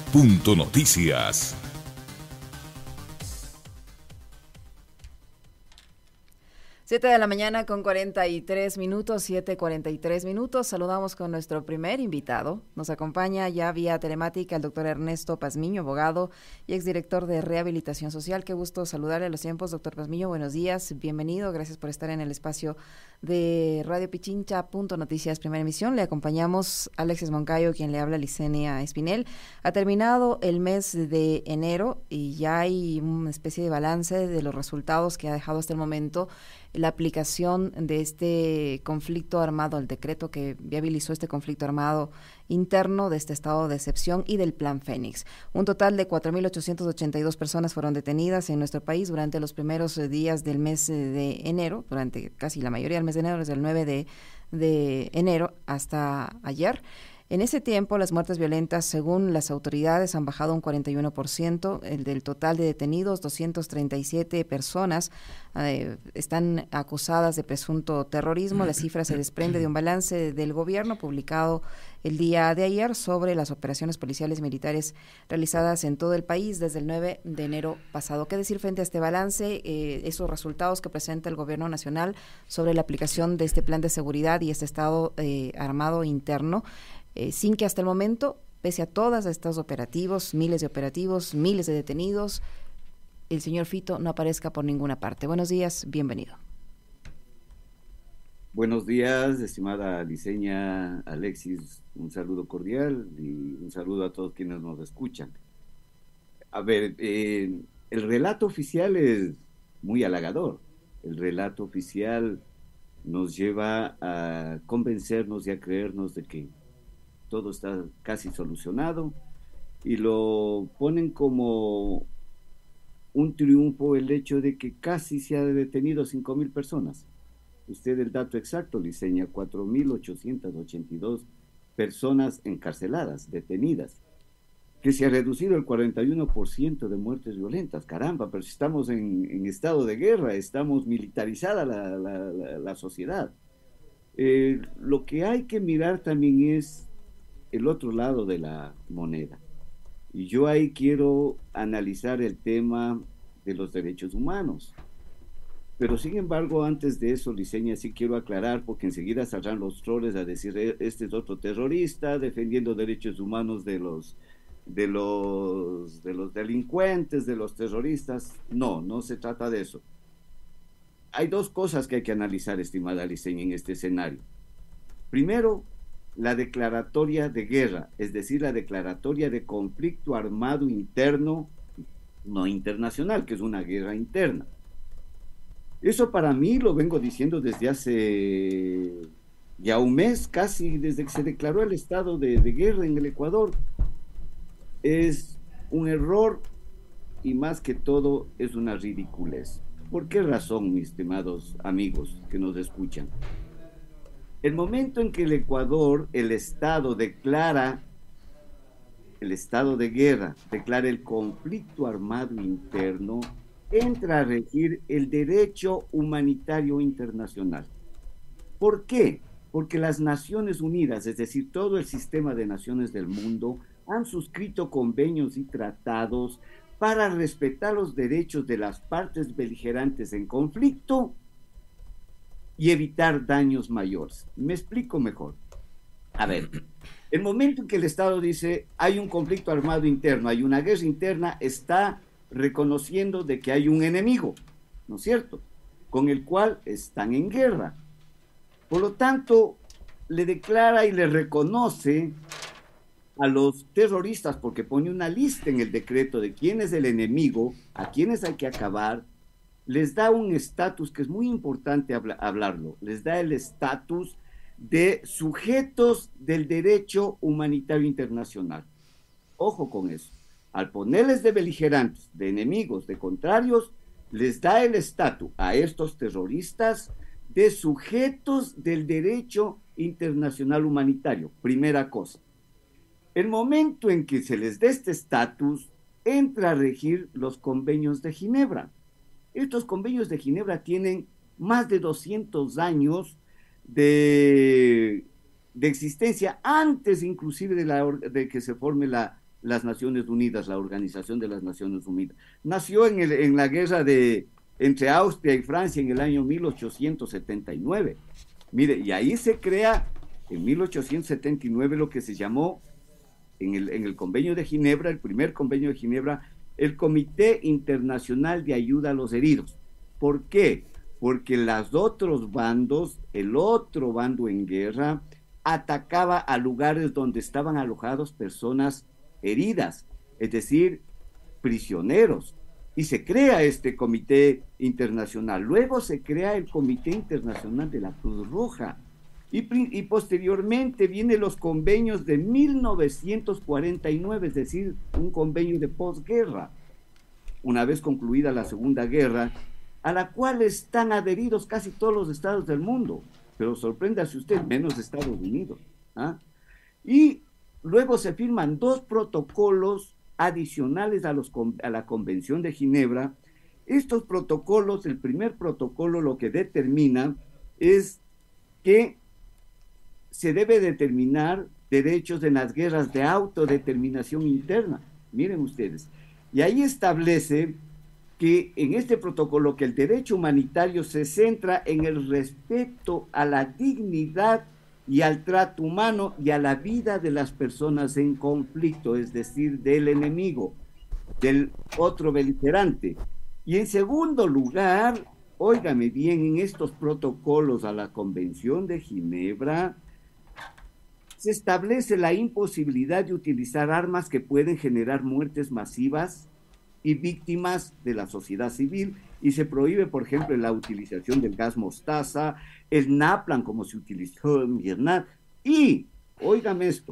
Punto Noticias. Siete de la mañana con 43 minutos, 7:43 minutos. Saludamos con nuestro primer invitado. Nos acompaña ya vía telemática el doctor Ernesto Pazmiño, abogado y exdirector de Rehabilitación Social. Qué gusto saludarle a los tiempos, doctor Pazmiño. Buenos días, bienvenido. Gracias por estar en el espacio de Radio Pichincha, Punto Noticias, primera emisión. Le acompañamos Alexis Moncayo, quien le habla, Licenia Espinel. Ha terminado el mes de enero y ya hay una especie de balance de los resultados que ha dejado hasta el momento la aplicación de este conflicto armado, el decreto que viabilizó este conflicto armado interno de este estado de excepción y del Plan Fénix. Un total de 4.882 personas fueron detenidas en nuestro país durante los primeros días del mes de enero, durante casi la mayoría del mes de enero, desde el 9 de enero hasta ayer. En ese tiempo, las muertes violentas, según las autoridades, han bajado un 41%. El del total de detenidos, 237 personas están acusadas de presunto terrorismo. La cifra se desprende de un balance del gobierno publicado el día de ayer sobre las operaciones policiales y militares realizadas en todo el país desde el 9 de enero pasado. ¿Qué decir frente a este balance, esos resultados que presenta el gobierno nacional sobre la aplicación de este plan de seguridad y este estado armado interno? Sin que hasta el momento, pese a todos estos operativos, miles de detenidos, el señor Fito no aparezca por ninguna parte. Buenos días, bienvenido. Buenos días, estimada Licenia, Alexis, un saludo cordial y un saludo a todos quienes nos escuchan. A ver, el relato oficial es muy halagador. El relato oficial nos lleva a convencernos y a creernos de que todo está casi solucionado y lo ponen como un triunfo el hecho de que casi se ha detenido 5.000 personas. Usted el dato exacto, Licenia, 4.882 personas encarceladas, detenidas, que se ha reducido el 41% de muertes violentas. Caramba, pero si estamos en estado de guerra, estamos militarizada la sociedad. Lo que hay que mirar también es el otro lado de la moneda. Y yo ahí quiero analizar el tema de los derechos humanos. Pero sin embargo, antes de eso, Licenia, sí quiero aclarar, porque enseguida saldrán los troles a decir, este es otro terrorista defendiendo derechos humanos de los delincuentes, de los terroristas. No, no se trata de eso. Hay dos cosas que hay que analizar, estimada Licenia, en este escenario. Primero, la declaratoria de guerra, es decir, la declaratoria de conflicto armado interno, no internacional, que es una guerra interna. Eso para mí lo vengo diciendo desde hace ya un mes, casi desde que se declaró el estado de guerra en el Ecuador. Es un error y más que todo es una ridiculez. ¿Por qué razón, mis estimados amigos que nos escuchan? El momento en que el Ecuador, el Estado, declara el estado de guerra, declara el conflicto armado interno, entra a regir el derecho humanitario internacional. ¿Por qué? Porque las Naciones Unidas, es decir, todo el sistema de naciones del mundo, han suscrito convenios y tratados para respetar los derechos de las partes beligerantes en conflicto y evitar daños mayores. Me explico mejor. A ver, el momento en que el Estado dice hay un conflicto armado interno, hay una guerra interna, está reconociendo de que hay un enemigo, ¿no es cierto?, con el cual están en guerra. Por lo tanto, le declara y le reconoce a los terroristas, porque pone una lista en el decreto de quién es el enemigo, a quiénes hay que acabar, les da un estatus que es muy importante hablarlo, les da el estatus de sujetos del derecho humanitario internacional. Ojo con eso. Al ponerles de beligerantes, de enemigos, de contrarios, les da el estatus a estos terroristas de sujetos del derecho internacional humanitario. Primera cosa. El momento en que se les dé este estatus, entra a regir los convenios de Ginebra. Estos convenios de Ginebra tienen más de 200 años de existencia, antes inclusive de que se forme la las Naciones Unidas, la Organización de las Naciones Unidas. Nació en la guerra entre Austria y Francia en el año 1879. Mire, y ahí se crea en 1879 lo que se llamó en el Convenio de Ginebra, el primer Convenio de Ginebra, el Comité Internacional de Ayuda a los Heridos. ¿Por qué? Porque los otros bandos, el otro bando en guerra, atacaba a lugares donde estaban alojados personas heridas, es decir, prisioneros. Y se crea este comité internacional. Luego se crea el Comité Internacional de la Cruz Roja. Y posteriormente vienen los convenios de 1949, es decir, un convenio de posguerra, una vez concluida la Segunda Guerra, a la cual están adheridos casi todos los estados del mundo, pero sorpréndase usted, menos Estados Unidos. ¿Ah? Y luego se firman 2 protocolos adicionales a la Convención de Ginebra. Estos protocolos, el primer protocolo lo que determina es que se debe determinar derechos en las guerras de autodeterminación interna. Miren ustedes. Y ahí establece que en este protocolo que el derecho humanitario se centra en el respeto a la dignidad y al trato humano y a la vida de las personas en conflicto, es decir, del enemigo, del otro beligerante. Y en segundo lugar, óigame bien, en estos protocolos a la Convención de Ginebra, se establece la imposibilidad de utilizar armas que pueden generar muertes masivas y víctimas de la sociedad civil, y se prohíbe, por ejemplo, la utilización del gas mostaza, el napalm como se utilizó en Vietnam, y, óigame esto,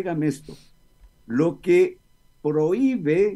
lo que prohíbe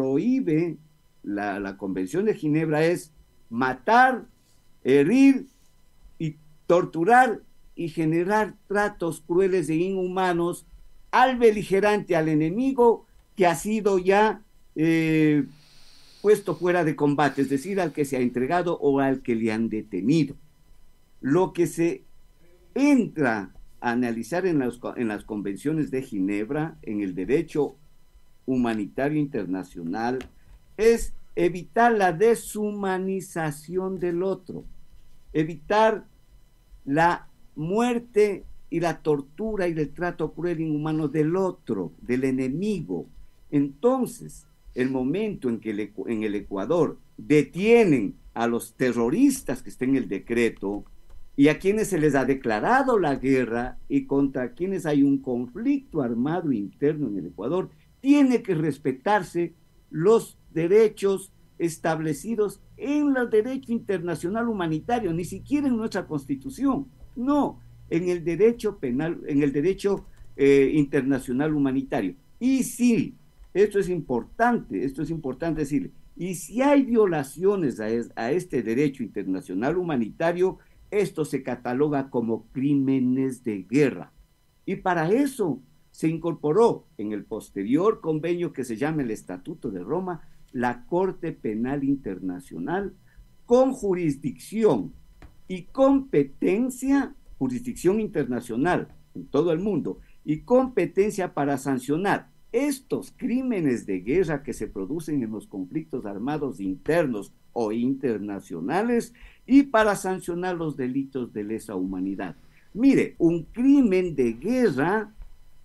la Convención de Ginebra es matar, herir y torturar y generar tratos crueles e inhumanos al beligerante, al enemigo que ha sido ya puesto fuera de combate, es decir, al que se ha entregado o al que le han detenido. Lo que se entra a analizar en las convenciones de Ginebra, en el derecho humanitario internacional, es evitar la deshumanización del otro, evitar la muerte y la tortura y el trato cruel e inhumano del otro, del enemigo. Entonces, el momento en que en el Ecuador detienen a los terroristas que está en el decreto y a quienes se les ha declarado la guerra y contra quienes hay un conflicto armado interno en el Ecuador, tiene que respetarse los derechos establecidos en el derecho internacional humanitario, ni siquiera en nuestra Constitución, no, en el derecho penal, en el derecho internacional humanitario. Y sí, esto es importante decirle, y si hay violaciones a este derecho internacional humanitario, esto se cataloga como crímenes de guerra. Y para eso se incorporó en el posterior convenio que se llama el Estatuto de Roma, la Corte Penal Internacional, con jurisdicción y competencia, jurisdicción internacional en todo el mundo, y competencia para sancionar estos crímenes de guerra que se producen en los conflictos armados internos o internacionales y para sancionar los delitos de lesa humanidad. Mire, un crimen de guerra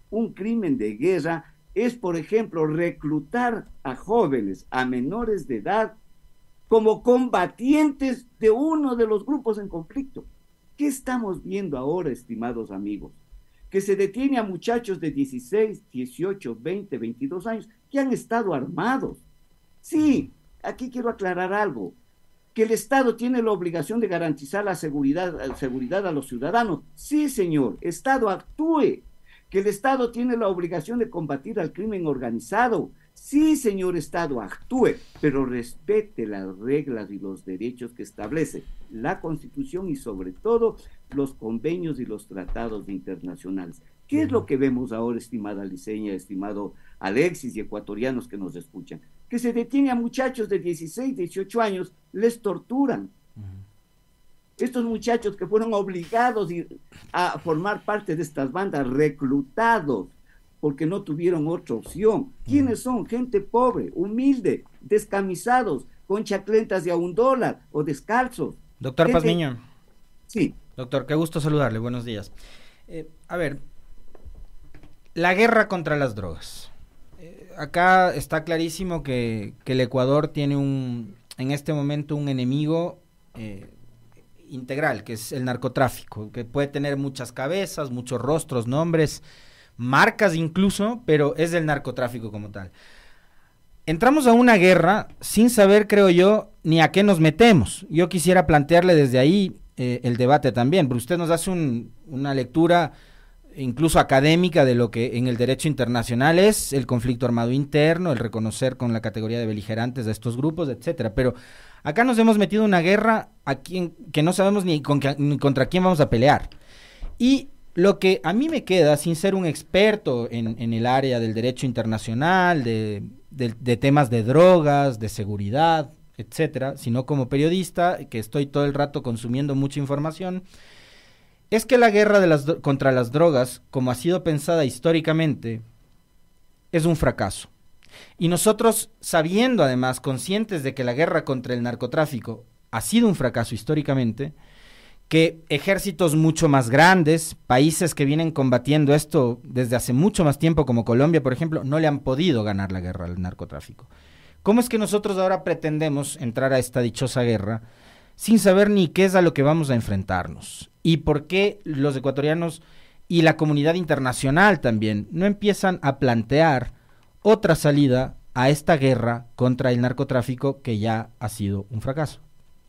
es, por ejemplo, reclutar a jóvenes, a menores de edad, como combatientes de uno de los grupos en conflicto. ¿Qué estamos viendo ahora, estimados amigos? Que se detiene a muchachos de 16, 18, 20, 22 años que han estado armados. Sí, aquí quiero aclarar algo, que el Estado tiene la obligación de garantizar la seguridad a los ciudadanos. Sí, señor, Estado actúe. Que el Estado tiene la obligación de combatir al crimen organizado. Sí, señor Estado, actúe, pero respete las reglas y los derechos que establece la Constitución y sobre todo los convenios y los tratados internacionales. ¿Qué es lo que vemos ahora, estimada Liceña, estimado Alexis y ecuatorianos que nos escuchan? Que se detiene a muchachos de 16, 18 años, les torturan. Estos muchachos que fueron obligados a formar parte de estas bandas, reclutados porque no tuvieron otra opción. ¿Quiénes son? Gente pobre, humilde, descamisados, con chaclentas de $1 o descalzos. Doctor Pazmiño. Sí. Doctor, qué gusto saludarle, buenos días. A ver, la guerra contra las drogas. Acá está clarísimo que el Ecuador tiene en este momento un enemigo integral, que es el narcotráfico, que puede tener muchas cabezas, muchos rostros, nombres, marcas incluso, pero es el narcotráfico como tal. Entramos a una guerra sin saber, creo yo, ni a qué nos metemos. Yo quisiera plantearle desde ahí el debate también, porque usted nos hace una lectura incluso académica de lo que en el derecho internacional es el conflicto armado interno, el reconocer con la categoría de beligerantes a estos grupos, etcétera. Pero acá nos hemos metido en una guerra que no sabemos ni contra quién vamos a pelear. Y lo que a mí me queda, sin ser un experto en el área del derecho internacional, de temas de drogas, de seguridad, etcétera, sino como periodista, que estoy todo el rato consumiendo mucha información, es que la guerra contra las drogas, como ha sido pensada históricamente, es un fracaso. Y nosotros, sabiendo además, conscientes de que la guerra contra el narcotráfico ha sido un fracaso históricamente, que ejércitos mucho más grandes, países que vienen combatiendo esto desde hace mucho más tiempo, como Colombia, por ejemplo, no le han podido ganar la guerra al narcotráfico. ¿Cómo es que nosotros ahora pretendemos entrar a esta dichosa guerra sin saber ni qué es a lo que vamos a enfrentarnos? ¿Y por qué los ecuatorianos y la comunidad internacional también no empiezan a plantear otra salida a esta guerra contra el narcotráfico que ya ha sido un fracaso?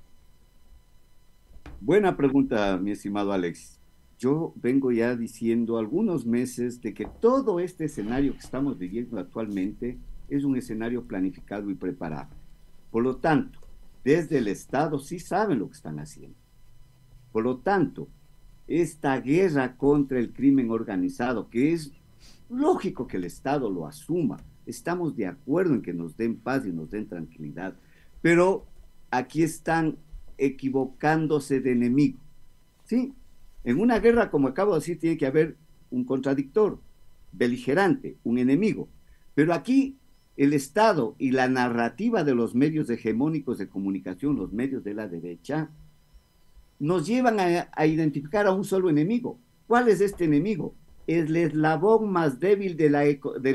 Buena pregunta, mi estimado Alex. Yo vengo ya diciendo algunos meses de que todo este escenario que estamos viviendo actualmente es un escenario planificado y preparado. Por lo tanto, desde el Estado sí saben lo que están haciendo. Por lo tanto, esta guerra contra el crimen organizado, que es lógico que el Estado lo asuma, estamos de acuerdo en que nos den paz y nos den tranquilidad, pero aquí están equivocándose de enemigo, ¿sí? En una guerra, como acabo de decir, tiene que haber un contradictor, beligerante, un enemigo, pero aquí el Estado y la narrativa de los medios hegemónicos de comunicación, los medios de la derecha, nos llevan a identificar a un solo enemigo. ¿Cuál es este enemigo? El eslabón más débil de la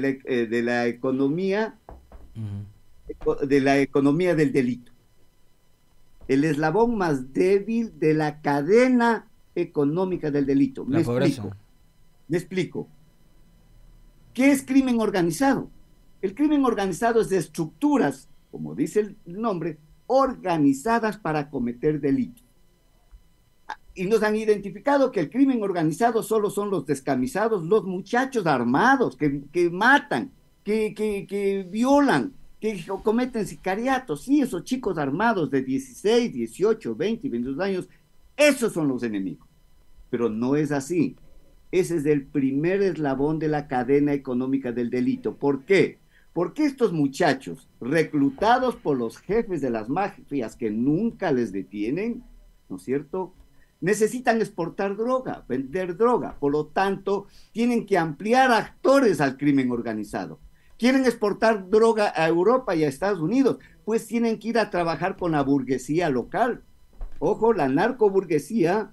economía, de la economía del delito. El eslabón más débil de la cadena económica del delito. Me explico. ¿Qué es crimen organizado? El crimen organizado es de estructuras, como dice el nombre, organizadas para cometer delitos. Y nos han identificado que el crimen organizado solo son los descamisados, los muchachos armados que matan, que violan, que cometen sicariatos. Sí, esos chicos armados de 16, 18, 20, 22 años, esos son los enemigos. Pero no es así. Ese es el primer eslabón de la cadena económica del delito. ¿Por qué? Porque estos muchachos, reclutados por los jefes de las mafias que nunca les detienen, ¿no es cierto?, necesitan exportar droga, vender droga. Por lo tanto, tienen que ampliar actores al crimen organizado. Quieren exportar droga a Europa y a Estados Unidos, pues tienen que ir a trabajar con la burguesía local. Ojo, la narcoburguesía,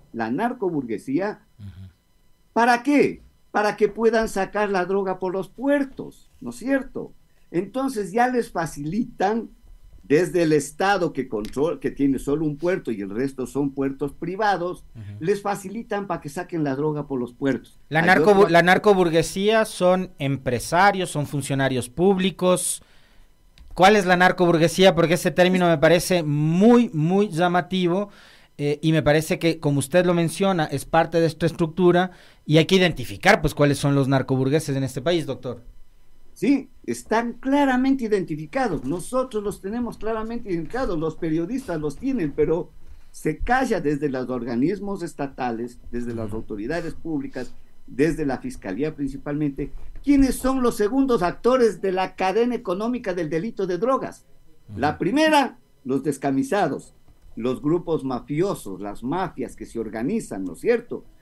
¿para qué? Para que puedan sacar la droga por los puertos, ¿no es cierto? Entonces ya les facilitan desde el Estado que tiene solo un puerto y el resto son puertos privados, les facilitan para que saquen la droga por los puertos. La narcoburguesía son empresarios, son funcionarios públicos. ¿Cuál es la narcoburguesía? Porque ese término me parece muy, muy llamativo y me parece que, como usted lo menciona, es parte de esta estructura y hay que identificar pues cuáles son los narcoburgueses en este país, doctor. Sí, están claramente identificados, nosotros los tenemos claramente identificados, los periodistas los tienen, pero se calla desde los organismos estatales, desde las autoridades públicas, desde la fiscalía principalmente, quiénes son los segundos actores de la cadena económica del delito de drogas. La primera, los descamisados, los grupos mafiosos, las mafias que se organizan, ¿no es cierto?,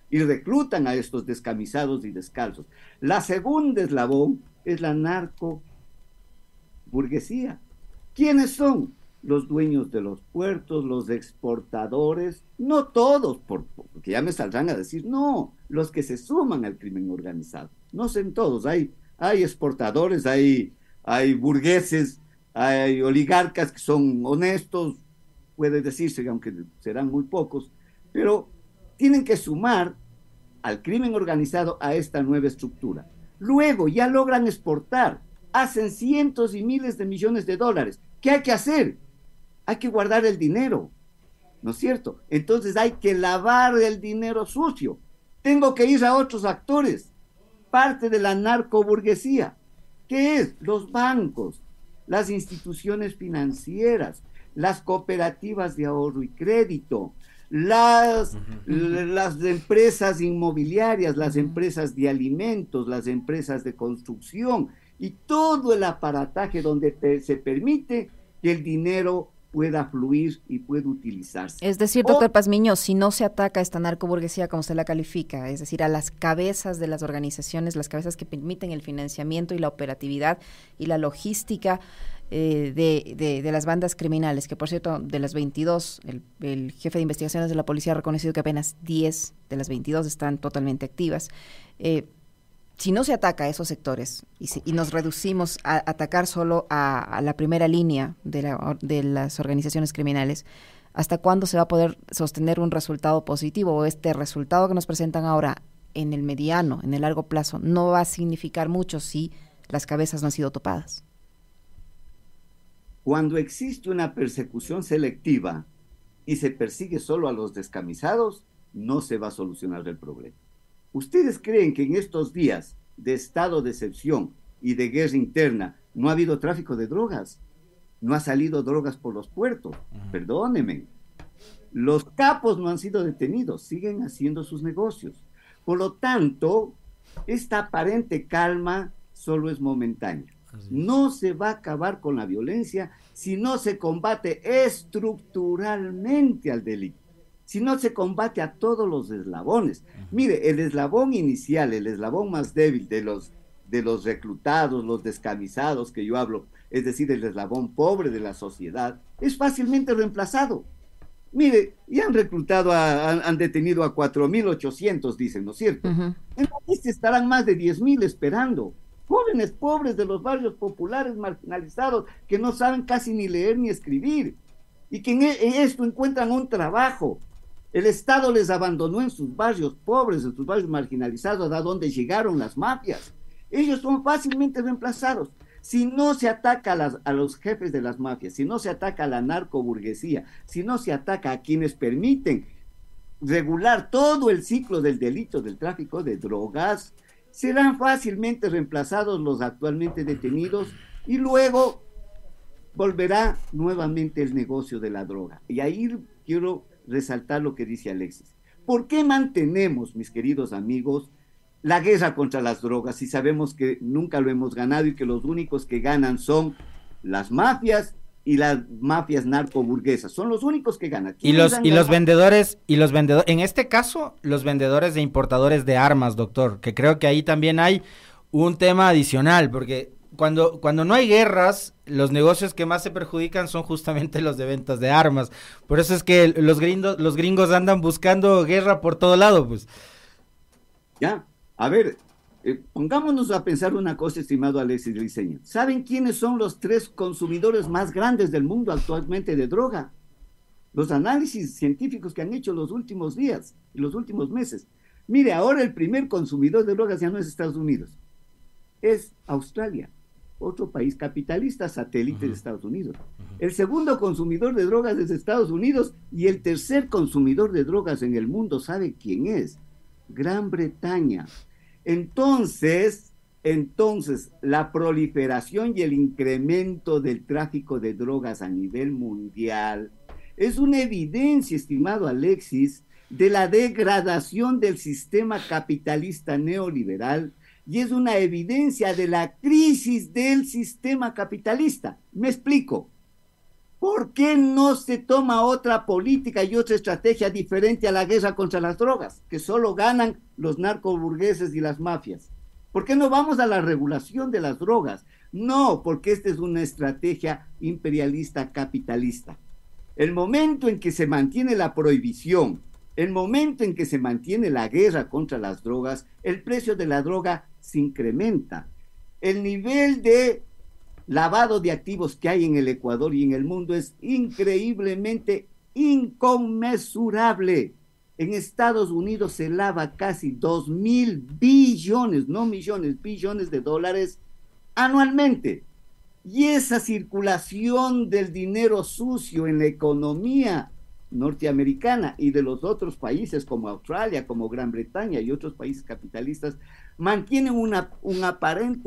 y reclutan a estos descamisados y descalzos. La segunda eslabón es la narcoburguesía. ¿Quiénes son? Los dueños de los puertos, los exportadores, no todos, porque ya me saldrán a decir, no, los que se suman al crimen organizado, no son todos, hay exportadores, hay burgueses, hay oligarcas que son honestos, puede decirse, aunque serán muy pocos, pero tienen que sumar al crimen organizado a esta nueva estructura. Luego ya logran exportar, hacen cientos y miles de millones de dólares. ¿Qué hay que hacer? Hay que guardar el dinero, ¿no es cierto? Entonces hay que lavar el dinero sucio. Tengo que ir a otros actores, parte de la narcoburguesía. ¿Qué es? Los bancos, las instituciones financieras, las cooperativas de ahorro y crédito, las empresas inmobiliarias, las empresas de alimentos, las empresas de construcción y todo el aparataje donde se permite que el dinero pueda fluir y pueda utilizarse. Es decir, doctor Pazmiño, si no se ataca a esta narcoburguesía, como usted la califica, es decir, a las cabezas de las organizaciones, las cabezas que permiten el financiamiento y la operatividad y la logística de las bandas criminales, que por cierto, de las 22, el jefe de investigaciones de la policía ha reconocido que apenas 10 de las 22 están totalmente activas. Si no se ataca a esos sectores y nos reducimos a atacar solo a la primera línea de las organizaciones criminales, ¿hasta cuándo se va a poder sostener un resultado positivo? O este resultado que nos presentan ahora en el mediano, en el largo plazo, no va a significar mucho si las cabezas no han sido topadas. Cuando existe una persecución selectiva y se persigue solo a los descamisados, no se va a solucionar el problema. ¿Ustedes creen que en estos días de estado de excepción y de guerra interna no ha habido tráfico de drogas? ¿No ha salido drogas por los puertos? Perdónenme. Los capos no han sido detenidos, siguen haciendo sus negocios. Por lo tanto, esta aparente calma solo es momentánea. No se va a acabar con la violencia si no se combate estructuralmente al delito, si no se combate a todos los eslabones. Mire, el eslabón inicial, el eslabón más débil de los reclutados, los descamisados que yo hablo, es decir, el eslabón pobre de la sociedad, es fácilmente reemplazado. Mire, ya han reclutado, han detenido a 4.800, dicen, ¿no es cierto? En la lista estarán más de 10.000 esperando. Jóvenes pobres de los barrios populares marginalizados que no saben casi ni leer ni escribir y que en esto encuentran un trabajo. El Estado les abandonó en sus barrios pobres, en sus barrios marginalizados, a donde llegaron las mafias. Ellos son fácilmente reemplazados. Si no se ataca a los jefes de las mafias, si no se ataca a la narcoburguesía, si no se ataca a quienes permiten regular todo el ciclo del delito del tráfico de drogas, serán fácilmente reemplazados los actualmente detenidos y luego volverá nuevamente el negocio de la droga. Y ahí quiero resaltar lo que dice Alexis. ¿Por qué mantenemos, mis queridos amigos, la guerra contra las drogas si sabemos que nunca lo hemos ganado y que los únicos que ganan son las mafias y las mafias narcoburguesas? Son los únicos que ganan. Y los vendedores, en este caso, los vendedores e importadores de armas, doctor, que creo que ahí también hay un tema adicional, porque cuando no hay guerras, los negocios que más se perjudican son justamente los de ventas de armas. Por eso es que los gringos andan buscando guerra por todo lado, pues. Ya, a ver, pongámonos a pensar una cosa, estimado Alexis Briceño. ¿Saben quiénes son los 3 consumidores más grandes del mundo actualmente de droga? Los análisis científicos que han hecho los últimos días y los últimos meses. Mire, ahora el primer consumidor de drogas ya no es Estados Unidos, es Australia, otro país capitalista satélite de Estados Unidos. El segundo consumidor de drogas es Estados Unidos y el tercer consumidor de drogas en el mundo, ¿sabe quién es? Gran Bretaña. Entonces, la proliferación y el incremento del tráfico de drogas a nivel mundial es una evidencia, estimado Alexis, de la degradación del sistema capitalista neoliberal y es una evidencia de la crisis del sistema capitalista. Me explico. ¿Por qué no se toma otra política y otra estrategia diferente a la guerra contra las drogas, que solo ganan los narcoburgueses y las mafias? ¿Por qué no vamos a la regulación de las drogas? No, porque esta es una estrategia imperialista capitalista. El momento en que se mantiene la prohibición, el momento en que se mantiene la guerra contra las drogas, el precio de la droga se incrementa. El nivel de lavado de activos que hay en el Ecuador y en el mundo es increíblemente inconmensurable. En Estados Unidos se lava casi 2.000 billones, no millones, billones de dólares anualmente. Y esa circulación del dinero sucio en la economía norteamericana y de los otros países como Australia, como Gran Bretaña y otros países capitalistas mantienen una aparente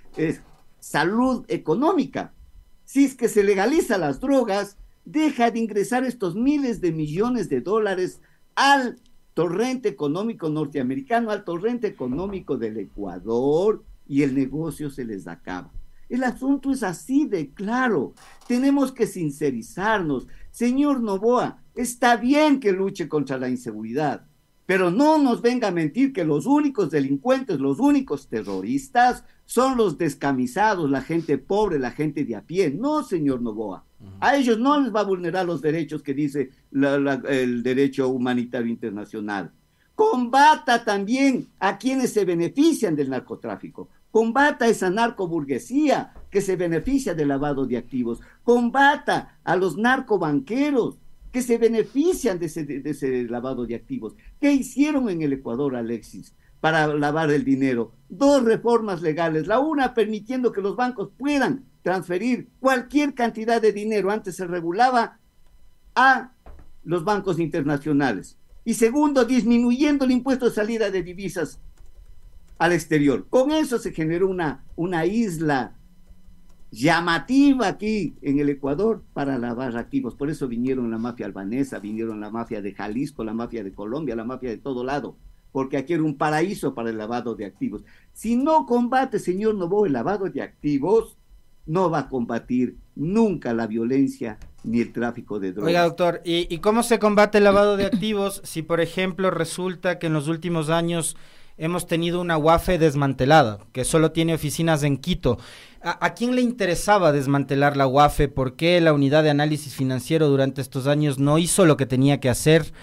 salud económica. Si es que se legaliza las drogas, deja de ingresar estos miles de millones de dólares al torrente económico norteamericano, al torrente económico del Ecuador, y el negocio se les acaba. El asunto es así de claro. Tenemos que sincerizarnos. Señor Noboa, está bien que luche contra la inseguridad, pero no nos venga a mentir que los únicos delincuentes, los únicos terroristas son los descamisados, la gente pobre, la gente de a pie. No, señor Noboa. A ellos no les va a vulnerar los derechos que dice el derecho humanitario internacional. Combata también a quienes se benefician del narcotráfico. Combata esa narcoburguesía que se beneficia del lavado de activos. Combata a los narcobanqueros que se benefician de ese lavado de activos. ¿Qué hicieron en el Ecuador, Alexis, para lavar el dinero? 2 reformas legales. La una permitiendo que los bancos puedan transferir cualquier cantidad de dinero. Antes se regulaba a los bancos internacionales. Y segundo, disminuyendo el impuesto de salida de divisas al exterior. Con eso se generó una isla llamativa aquí en el Ecuador para lavar activos. Por eso vinieron la mafia albanesa, vinieron la mafia de Jalisco, la mafia de Colombia, la mafia de todo lado, porque aquí era un paraíso para el lavado de activos. Si no combate, señor Noboa, el lavado de activos, no va a combatir nunca la violencia ni el tráfico de drogas. Oiga, doctor, ¿y cómo se combate el lavado de activos si, por ejemplo, resulta que en los últimos años hemos tenido una UAFE desmantelada, que solo tiene oficinas en Quito? ¿A quién le interesaba desmantelar la UAFE? ¿Por qué la unidad de análisis financiero durante estos años no hizo lo que tenía que hacer?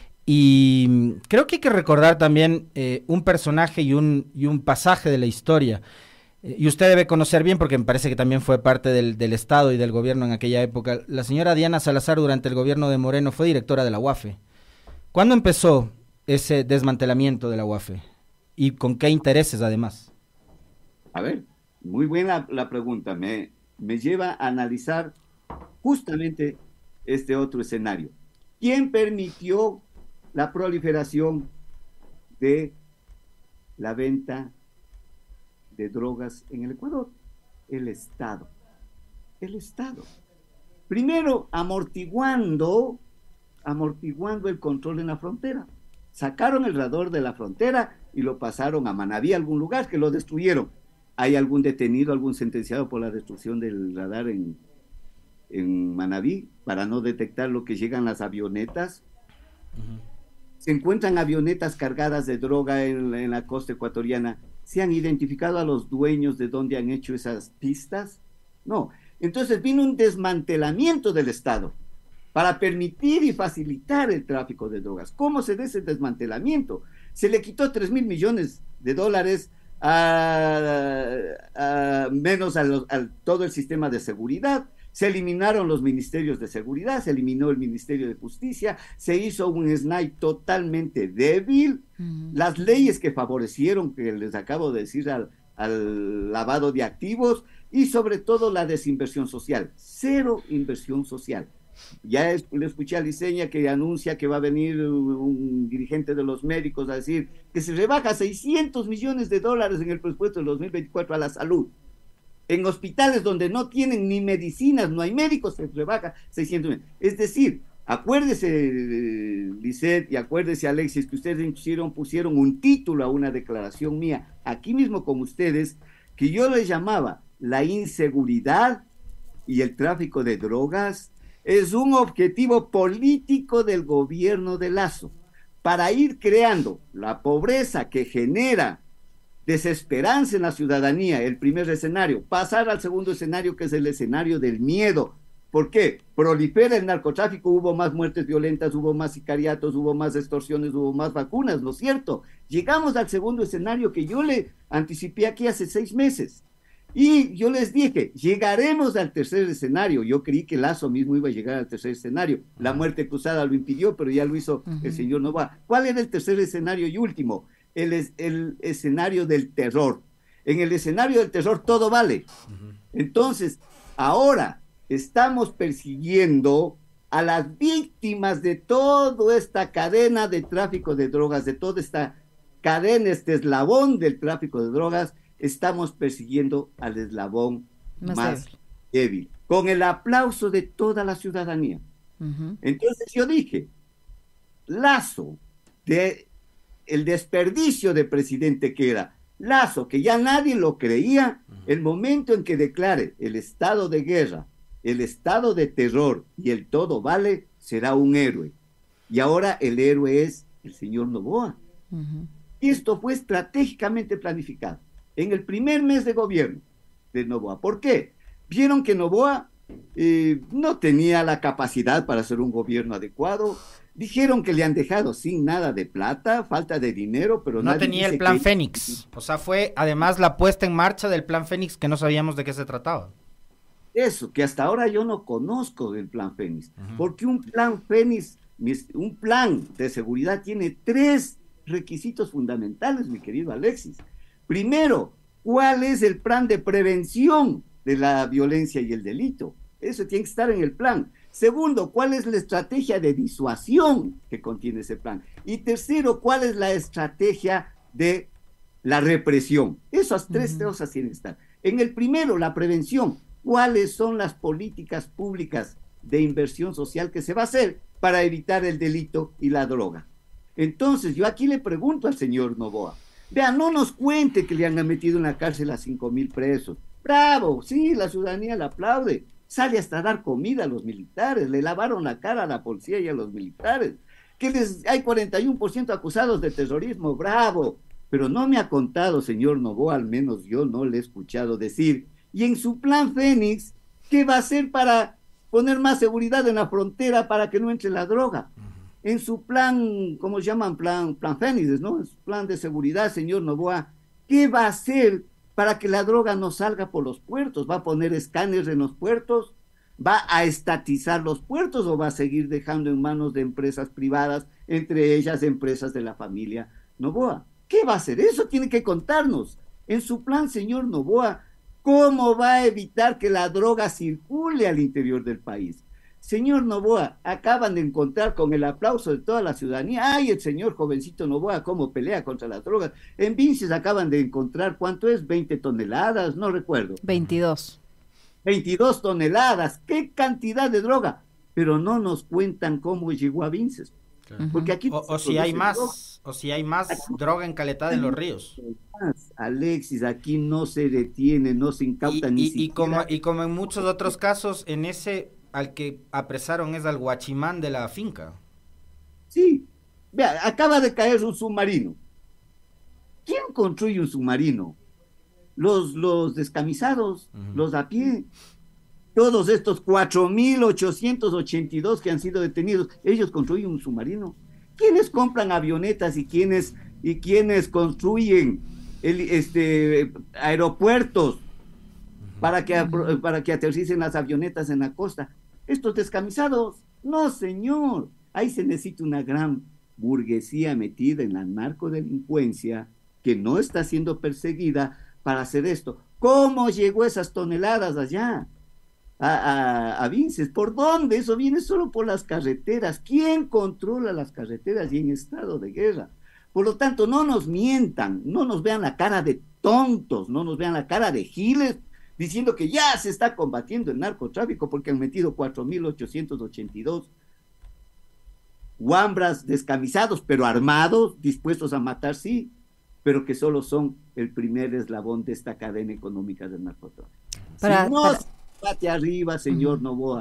Y creo que hay que recordar también un personaje y un pasaje de la historia. Y usted debe conocer bien porque me parece que también fue parte del Estado y del gobierno en aquella época. La señora Diana Salazar durante el gobierno de Moreno fue directora de la UAFE. ¿Cuándo empezó ese desmantelamiento de la UAFE? ¿Y con qué intereses además? A ver, muy buena la pregunta. Me lleva a analizar justamente este otro escenario. ¿Quién permitió la proliferación de la venta de drogas en el Ecuador? El Estado. El Estado. Primero, amortiguando el control en la frontera. Sacaron el radar de la frontera y lo pasaron a Manabí, algún lugar, que lo destruyeron. ¿Hay algún detenido, algún sentenciado por la destrucción del radar en Manabí para no detectar lo que llegan las avionetas? Se encuentran avionetas cargadas de droga en la costa ecuatoriana. ¿Se han identificado a los dueños de dónde han hecho esas pistas? No. Entonces vino un desmantelamiento del Estado para permitir y facilitar el tráfico de drogas. ¿Cómo se da ese desmantelamiento? Se le quitó 3.000 millones de dólares menos a todo el sistema de seguridad. Se eliminaron los ministerios de seguridad, se eliminó el Ministerio de Justicia, se hizo un SNAI totalmente débil. Las leyes que favorecieron, que les acabo de decir, al lavado de activos, y sobre todo la desinversión social. 0 inversión social. Ya le escuché a Liceña que anuncia que va a venir un dirigente de los médicos a decir que se rebaja 600 millones de dólares en el presupuesto del 2024 a la salud. En hospitales donde no tienen ni medicinas, no hay médicos, se rebaja 600 millones. Es decir, acuérdese, Lisette, y acuérdese, Alexis, que ustedes pusieron un título a una declaración mía, aquí mismo con ustedes, que yo les llamaba la inseguridad y el tráfico de drogas es un objetivo político del gobierno de Lazo para ir creando la pobreza que genera desesperanza en la ciudadanía, el primer escenario, pasar al segundo escenario, que es el escenario del miedo. ¿Por qué? Prolifera el narcotráfico, hubo más muertes violentas, hubo más sicariatos, hubo más extorsiones, hubo más vacunas, ¿no es cierto? Llegamos al segundo escenario que yo le anticipé aquí hace 6 meses. Y yo les dije, llegaremos al tercer escenario. Yo creí que Lazo mismo iba a llegar al tercer escenario. La muerte cruzada lo impidió, pero ya lo hizo el señor Noboa. ¿Cuál era el tercer escenario y último? El escenario del terror. En el escenario del terror todo vale. Entonces, ahora estamos persiguiendo a las víctimas de toda esta cadena de tráfico de drogas, de toda esta cadena, este eslabón del tráfico de drogas. Estamos persiguiendo al eslabón más débil, con el aplauso de toda la ciudadanía. Entonces yo dije, Lazo, el desperdicio de presidente que era, Lazo, que ya nadie lo creía, el momento en que declare el estado de guerra, el estado de terror y el todo vale, será un héroe. Y ahora el héroe es el señor Noboa. Y esto fue estratégicamente planificado en el primer mes de gobierno de Noboa. ¿Por qué? Vieron que Noboa no tenía la capacidad para hacer un gobierno adecuado. Dijeron que le han dejado sin nada de plata, falta de dinero, pero no tenía el plan Fénix. O sea, fue además la puesta en marcha del plan Fénix que no sabíamos de qué se trataba. Eso, que hasta ahora yo no conozco del plan Fénix, porque un plan Fénix, un plan de seguridad tiene 3 requisitos fundamentales, mi querido Alexis. Primero, ¿cuál es el plan de prevención de la violencia y el delito? Eso tiene que estar en el plan. Segundo, ¿cuál es la estrategia de disuasión que contiene ese plan? Y tercero, ¿cuál es la estrategia de la represión? Esas 3 cosas tienen que estar. En el primero, la prevención. ¿Cuáles son las políticas públicas de inversión social que se va a hacer para evitar el delito y la droga? Entonces, yo aquí le pregunto al señor Noboa, vea, no nos cuente que le han metido en la cárcel a 5,000 presos. Bravo, sí, la ciudadanía le aplaude. Sale hasta a dar comida a los militares, le lavaron la cara a la policía y a los militares. Hay 41% acusados de terrorismo, bravo. Pero no me ha contado, señor Noboa, al menos yo no le he escuchado decir, y en su plan Fénix, ¿qué va a hacer para poner más seguridad en la frontera para que no entre la droga? En su plan, ¿cómo se llaman? Plan Fénix, ¿no? En su plan de seguridad, señor Noboa, ¿qué va a hacer para que la droga no salga por los puertos? ¿Va a poner escáneres en los puertos? ¿Va a estatizar los puertos o va a seguir dejando en manos de empresas privadas, entre ellas empresas de la familia Noboa? ¿Qué va a hacer? Eso tiene que contarnos. En su plan, señor Noboa, ¿cómo va a evitar que la droga circule al interior del país? Señor Noboa, acaban de encontrar con el aplauso de toda la ciudadanía, ¡ay, el señor jovencito Noboa, cómo pelea contra las drogas! En Vinces acaban de encontrar, ¿cuánto es? 20 toneladas, no recuerdo. 22. 22 toneladas, ¡qué cantidad de droga! Pero no nos cuentan cómo llegó a Vinces. Porque aquí o si hay más, o si hay más droga encaletada en los ríos. Alexis, aquí no se detiene, no se incauta ni siquiera. Y como en muchos otros casos, en ese al que apresaron es al guachimán de la finca. Sí, vea, acaba de caer un submarino. ¿Quién construye un submarino? Los descamisados, los a pie. Todos estos 4,882 que han sido detenidos, ellos construyen un submarino. ¿Quiénes compran avionetas y quiénes construyen aeropuertos para que aterricen las avionetas en la costa? Estos descamisados, no señor, ahí se necesita una gran burguesía metida en la narcodelincuencia que no está siendo perseguida para hacer esto. ¿Cómo llegó esas toneladas allá? A Vinces, ¿por dónde? Eso viene solo por las carreteras. ¿Quién controla las carreteras y en estado de guerra? Por lo tanto, no nos mientan, no nos vean la cara de tontos, no nos vean la cara de giles, diciendo que ya se está combatiendo el narcotráfico porque han metido 4,882 guambras descamisados, pero armados, dispuestos a matar, sí, pero que solo son el primer eslabón de esta cadena económica del narcotráfico. Bate arriba, señor Noboa.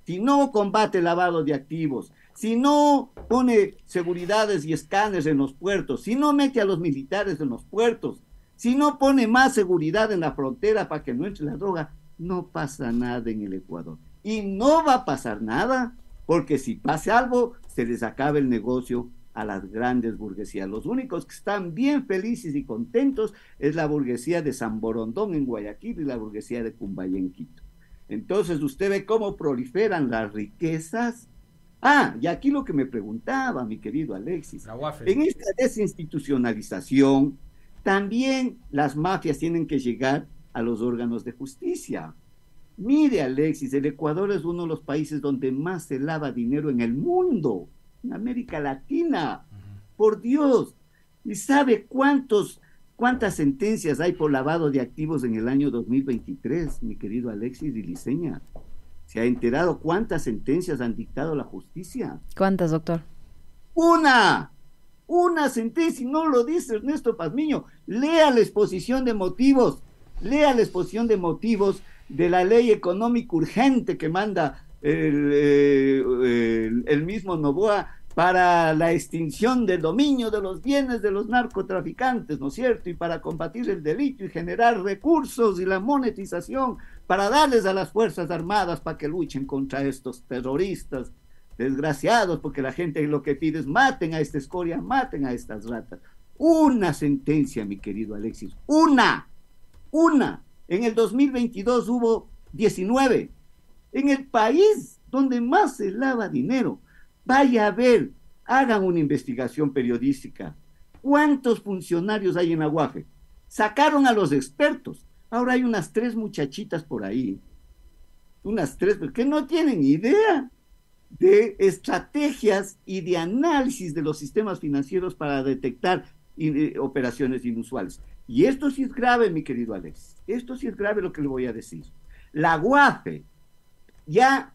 si no combate lavado de activos, si no pone seguridades y escáneres en los puertos, si no mete a los militares en los puertos, si no pone más seguridad en la frontera para que no entre la droga, no pasa nada en el Ecuador. Y no va a pasar nada, porque si pasa algo, se les acaba el negocio a las grandes burguesías. Los únicos que están bien felices y contentos es la burguesía de San Borondón en Guayaquil y la burguesía de Cumbayá en Quito. Entonces usted ve cómo proliferan las riquezas. Y aquí lo que me preguntaba mi querido Alexis, en esta desinstitucionalización también las mafias tienen que llegar a los órganos de justicia. Mire, Alexis, el Ecuador es uno de los países donde más se lava dinero en el mundo, en América Latina, por Dios. ¿Y sabe cuántas sentencias hay por lavado de activos en el año 2023, mi querido Alexis y Liceña? ¿Se ha enterado cuántas sentencias han dictado la justicia? ¿Cuántas, doctor? Una sentencia, y no lo dice Ernesto Pazmiño. Lea la exposición de motivos de la ley económica urgente que manda el mismo Noboa para la extinción del dominio de los bienes de los narcotraficantes, ¿no es cierto? Y para combatir el delito y generar recursos y la monetización para darles a las Fuerzas Armadas para que luchen contra estos terroristas desgraciados, porque la gente lo que pide es maten a esta escoria, maten a estas ratas. Una sentencia, mi querido Alexis, una. En el 2022 hubo 19. En el país donde más se lava dinero, vaya a ver, hagan una investigación periodística. ¿Cuántos funcionarios hay en la UAFE? Sacaron a los expertos. Ahora hay unas 3 muchachitas por ahí, unas 3 que no tienen idea de estrategias y de análisis de los sistemas financieros para detectar operaciones inusuales. Y esto sí es grave, mi querido Alex. Esto sí es grave lo que le voy a decir. La UAFE, ya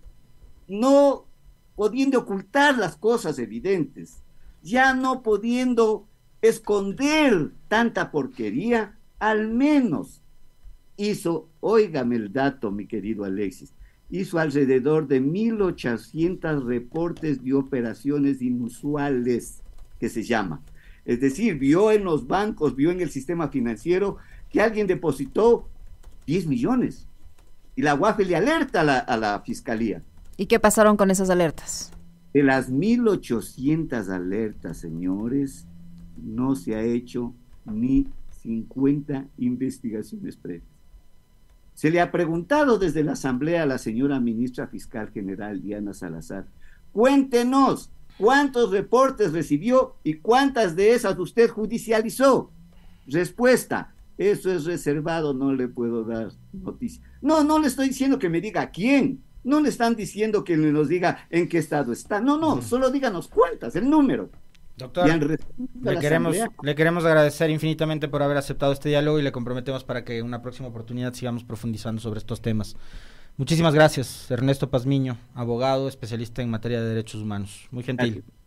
no pudiendo ocultar las cosas evidentes, ya no pudiendo esconder tanta porquería, al menos hizo, óigame el dato, mi querido Alexis, hizo alrededor de 1.800 reportes de operaciones inusuales, que se llama. Es decir, vio en los bancos, vio en el sistema financiero que alguien depositó 10 millones. Y la UAFE le alerta a la fiscalía. ¿Y qué pasaron con esas alertas? De las 1.800 alertas, señores, no se ha hecho ni 50 investigaciones previas. Se le ha preguntado desde la Asamblea a la señora ministra fiscal general Diana Salazar, cuéntenos cuántos reportes recibió y cuántas de esas usted judicializó. Respuesta, eso es reservado, no le puedo dar noticia. No le estoy diciendo que me diga a quién, no le están diciendo que nos diga en qué estado está, no, solo díganos cuántas, el número. Doctor, le queremos agradecer infinitamente por haber aceptado este diálogo y le comprometemos para que en una próxima oportunidad sigamos profundizando sobre estos temas. Muchísimas gracias, Ernesto Pazmiño, abogado, especialista en materia de derechos humanos. Muy gentil. Gracias.